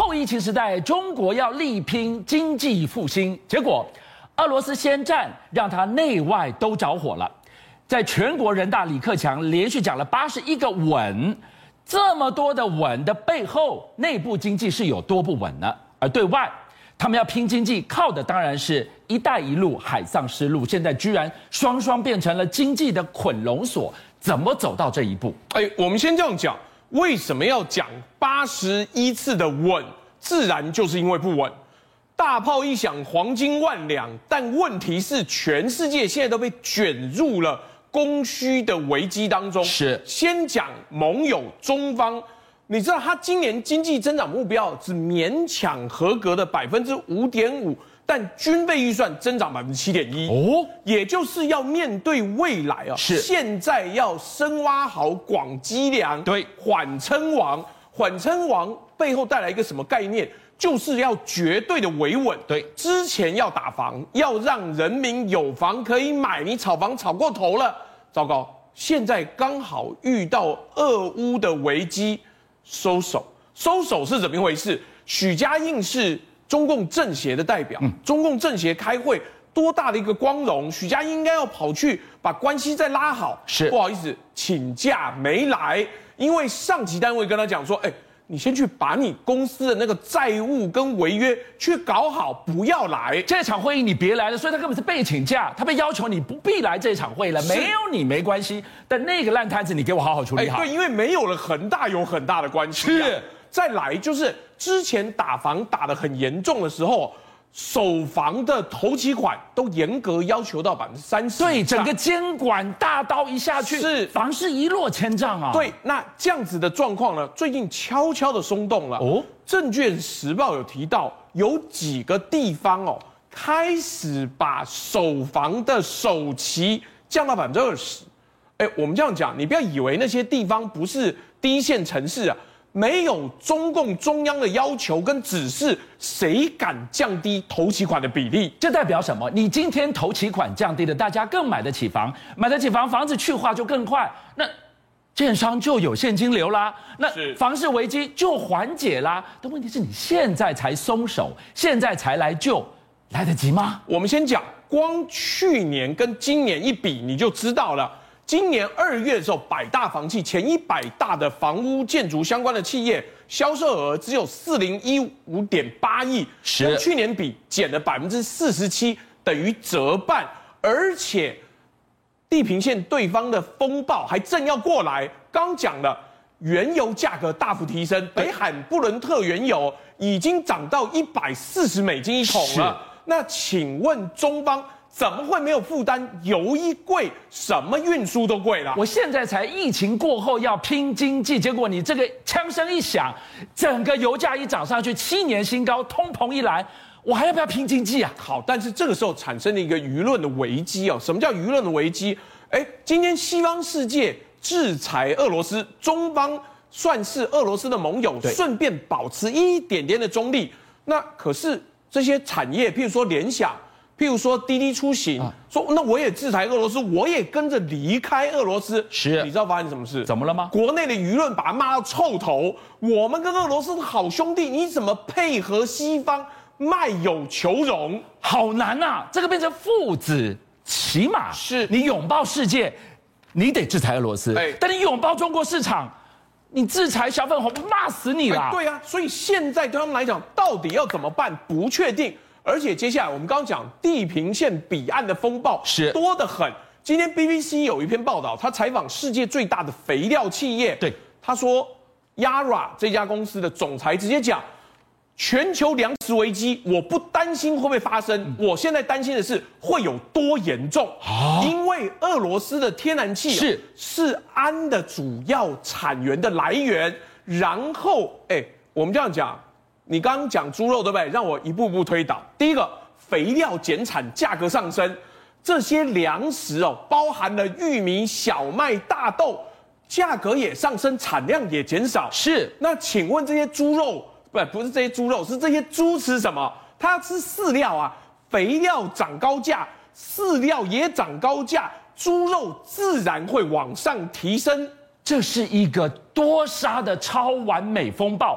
后疫情时代，中国要力拼经济复兴，结果俄罗斯先战，让他内外都着火了。在全国人大李克强连续讲了81个稳，这么多的稳的背后，内部经济是有多不稳呢？而对外，他们要拼经济，靠的当然是“一带一路”海上丝路，现在居然双双变成了经济的捆龙锁，怎么走到这一步？ 我们先这样讲，为什么要讲81次的稳？自然就是因为不稳。大炮一响，黄金万两，但问题是，全世界现在都被卷入了供需的危机当中。 是， 先讲盟友中方，你知道他今年经济增长目标只勉强合格的5.5%，但军费预算增长7.1%。哦，也就是要面对未来啊， 是现在要深挖好广积粮， 对， 缓称王。缓称王背后带来一个什么概念？就是要绝对的维稳。 对， 之前要打房，要让人民有房可以买，你炒房炒过头了，糟糕！现在刚好遇到俄乌的危机，收手是怎么一回事？许家印是中共政协的代表，中共政协开会，多大的一个光荣！许家印应该要跑去把关系再拉好， 是不好意思，请假没来，因为上级单位跟他讲说，你先去把你公司的那个债务跟违约去搞好，不要来这场会议，你别来了。所以他根本是被请假，他被要求你不必来这场会了，没有你没关系，但那个烂摊子你给我好好处理好。 对，因为没有了恒大有很大的关系。 是， 再来就是之前打房打得很严重的时候，首房的头期款都严格要求到30%。 对，整个监管大刀一下去， 是房市一落千丈啊。 对，那这样子的状况呢，最近悄悄的松动了。哦，证券时报有提到，有几个地方开始把首房的首期降到20%。我们这样讲，你不要以为那些地方不是第一线城市啊。没有中共中央的要求跟指示，谁敢降低头期款的比例？ 这代表什么？你今天头期款降低了，大家更买得起房，买得起房，房子去化就更快，那建商就有现金流啦，那房市危机就缓解啦。但问题是你现在才松手，现在才来救，来得及吗？ 我们先讲，光去年跟今年一比，你就知道了。今年2月的时候，100大房企前100大的房屋建筑相关的企业销售额只有4015.8亿，跟去年比减了47%，等于折半。而且地平线对方的风暴还正要过来。刚讲了，原油价格大幅提升，北海布伦特原油已经涨到$140一桶了。那请问中方？怎么会没有负担？油一贵，什么运输都贵了。 我现在才疫情过后要拼经济，结果你这个枪声一响，整个油价一涨上去，7年新高，通膨一来，我还要不要拼经济啊？ 好，但是这个时候产生了一个舆论的危机哦。什么叫舆论的危机？今天西方世界制裁俄罗斯，中方算是俄罗斯的盟友，顺便保持一点点的中立。那可是这些产业，譬如说联想。譬如说滴滴出行，说那我也制裁俄罗斯，我也跟着离开俄罗斯。 是， 你知道发生什么事？ 怎么了吗？ 国内的舆论把他骂到臭头。我们跟俄罗斯是好兄弟，你怎么配合西方卖友求荣？ 好难啊！这个变成父子，起码是你拥抱世界，你得制裁俄罗斯。但你拥抱中国市场，你制裁小粉红，骂死你啦！ 对啊，所以现在对他们来讲，到底要怎么办？不确定。而且接下来我们刚刚讲地平线彼岸的风暴是多得很。今天 BBC 有一篇报道，他采访世界最大的肥料企业，对，他说 Yara 这家公司的总裁直接讲，全球粮食危机我不担心会不会发生，我现在担心的是会有多严重。因为俄罗斯的天然气是氨的主要产源的来源。然后我们这样讲。你刚刚讲猪肉对不对？让我一步步推导。第一个，肥料减产，价格上升，这些粮食包含了玉米、小麦、大豆，价格也上升，产量也减少。是。那请问这些猪肉，不是这些猪肉，是这些猪吃什么？它要吃饲料啊，肥料涨高价，饲料也涨高价，猪肉自然会往上提升。 这是一个多杀的超完美风暴。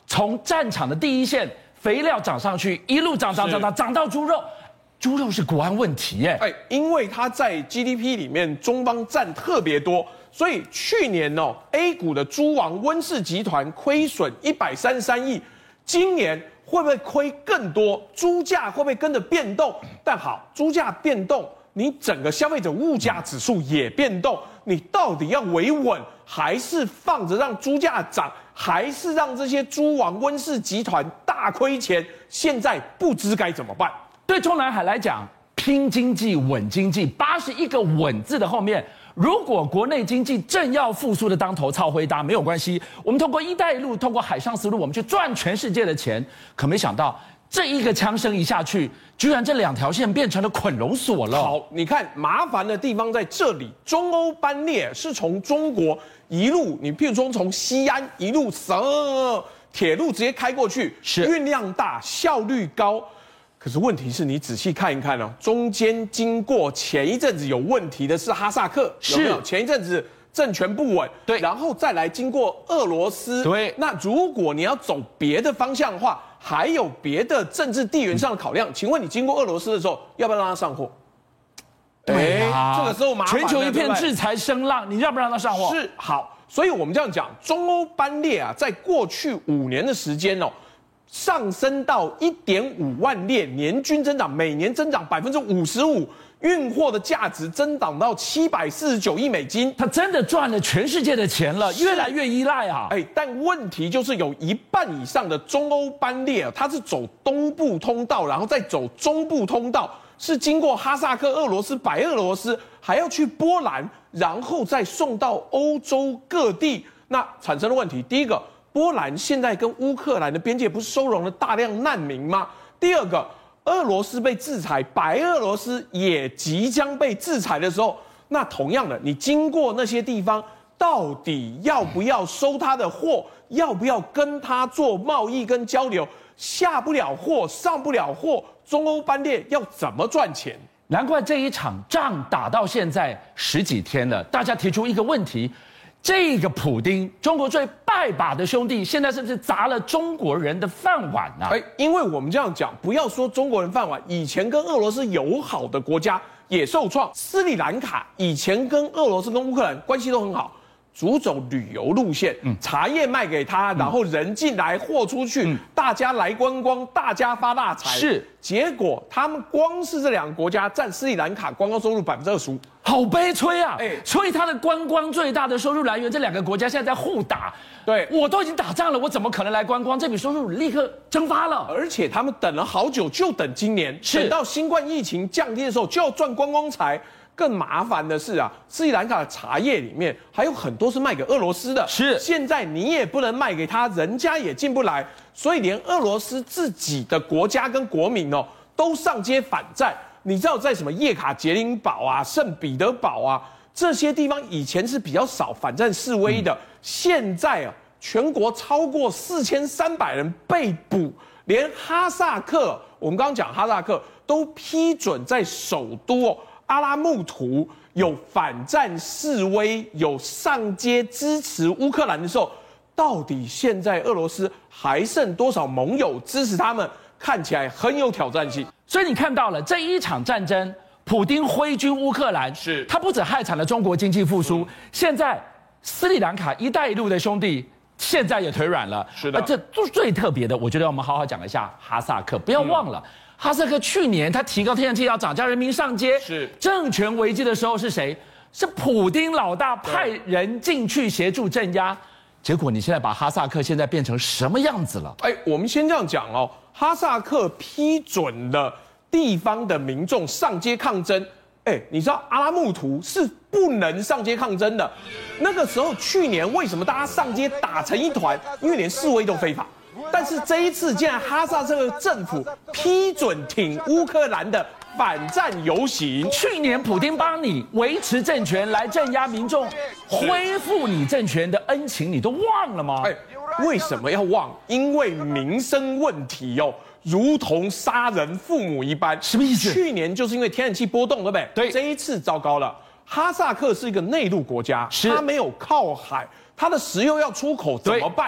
从战场的第一线，肥料涨上去，一路涨到猪肉。猪肉是国安问题耶， 因为它在 GDP 里面中方占特别多，所以去年A 股的猪王温氏集团亏损133亿，今年会不会亏更多？猪价会不会跟着变动？但好，猪价变动，你整个消费者物价指数也变动，你到底要维稳，还是放着让猪价涨，还是让这些猪王温氏集团大亏钱？现在不知该怎么办。 对中南海来讲，拼经济、稳经济，81个稳字的后面，如果国内经济正要复苏的当头操回答没有关系，我们通过“一带一路”，通过海上丝路，我们去赚全世界的钱。可没想到，这一个枪声一下去，居然这2条线变成了捆龙锁了。 好，你看麻烦的地方在这里，中欧班列是从中国一路，你譬如说从西安一路铁路直接开过去，是运量大，效率高。可是问题是你仔细看一看中间经过前一阵子有问题的是哈萨克，有没有？前一阵子政权不稳，对，然后再来经过俄罗斯，对。那如果你要走别的方向的话，还有别的政治地缘上的考量，请问你经过俄罗斯的时候，要不要让他上货？ 对这个时候麻烦了， 全球一片制裁声浪，你要不让他上货？ 是好，所以我们这样讲，中欧班列在过去5年的时间上升到1.5万列，年均增长，每年增长55%，运货的价值增长到749亿美金， 他真的赚了全世界的钱了，越来越依赖啊！ 但问题就是有1半以上的中欧班列它是走东部通道，然后再走中部通道，是经过哈萨克、俄罗斯、白俄罗斯，还要去波兰，然后再送到欧洲各地。那产生的问题，第一个，波兰现在跟乌克兰的边界不是收容了大量难民吗？第二个，俄罗斯被制裁，白俄罗斯也即将被制裁的时候，那同样的，你经过那些地方，到底要不要收他的货？要不要跟他做贸易跟交流？下不了货，上不了货，中欧班列要怎么赚钱？ 难怪这一场仗打到现在10几天了，大家提出一个问题。这个普丁，中国最拜把的兄弟，现在是不是砸了中国人的饭碗啊？ 因为我们这样讲，不要说中国人饭碗，以前跟俄罗斯友好的国家也受创。斯里兰卡以前跟俄罗斯跟乌克兰关系都很好，主走旅游路线，茶叶卖给他，然后人进来货出去，大家来观光，大家发大财。是，结果他们光是这2个国家占斯里兰卡观光收入25%。 好悲催啊！所以它的观光最大的收入来源，这2个国家现在在互打。对，我都已经打仗了，我怎么可能来观光？这笔收入立刻蒸发了。 而且他们等了好久，就等今年，等到新冠疫情降低的时候，就要赚观光财。更麻烦的是斯里兰卡的茶叶里面还有很多是卖给俄罗斯的，是现在你也不能卖给他，人家也进不来，所以连俄罗斯自己的国家跟国民都上街反战。你知道在什么叶卡捷琳堡圣彼得堡这些地方以前是比较少反战示威的，现在全国超过4300人被捕，连哈萨克，我们刚刚讲哈萨克都批准在首都阿拉木图有反战示威，有上街支持乌克兰的时候，到底现在俄罗斯还剩多少盟友支持他们？看起来很有挑战性。 所以你看到了这一场战争，普丁挥军乌克兰，是他不止害惨了中国经济复苏，现在斯里兰卡“一带一路”的兄弟现在也腿软了。是的，这最特别的，我觉得我们好好讲一下哈萨克。不要忘了，哈萨克去年他提高天然气要涨价，人民上街，是政权危机的时候是谁？是普丁老大派人进去协助镇压。结果你现在把哈萨克现在变成什么样子了？ 我们先这样讲哈萨克批准了地方的民众上街抗争。你知道阿拉木图是不能上街抗争的。那个时候去年为什么大家上街打成一团？因为连示威都非法。但是这一次，竟然哈萨克政府批准挺乌克兰的反战游行。 去年普丁帮你维持政权，来镇压民众，恢复你政权的恩情，你都忘了吗？ 为什么要忘？因为民生问题如同杀人父母一般。 什么意思？ 去年就是因为天然气波动，对不对？对。这一次糟糕了，哈萨克是一个内陆国家，它没有靠海，它的石油要出口怎么办？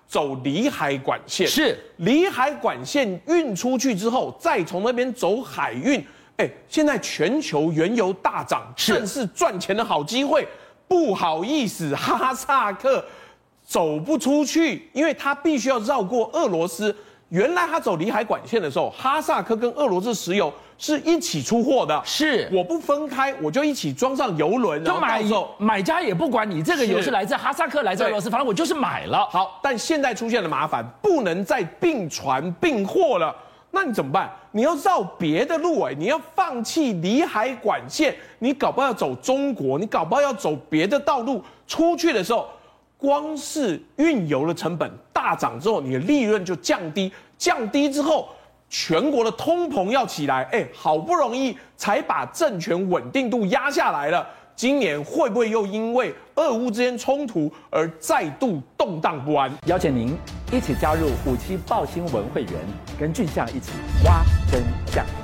走里海管线， 是里海管线运出去之后，再从那边走海运。现在全球原油大涨，正是赚钱的好机会。不好意思，哈萨克走不出去，因为他必须要绕过俄罗斯。原来他走里海管线的时候，哈萨克跟俄罗斯石油是一起出货的， 是我不分开，我就一起装上油轮， 就买家也不管你这个油是来自哈萨克，来自俄罗斯，反正我就是买了。 好，但现在出现了麻烦，不能再并船并货了。那你怎么办？你要绕别的路你要放弃里海管线，你搞不好要走中国，你搞不好要走别的道路出去的时候，光是运油的成本大涨之后，你的利润就降低，降低之后，全国的通膨要起来，好不容易才把政权稳定度压下来了。今年会不会又因为俄乌之间冲突而再度动荡不安？ 邀请您一起加入57爆新闻会员，跟俊相一起挖真相。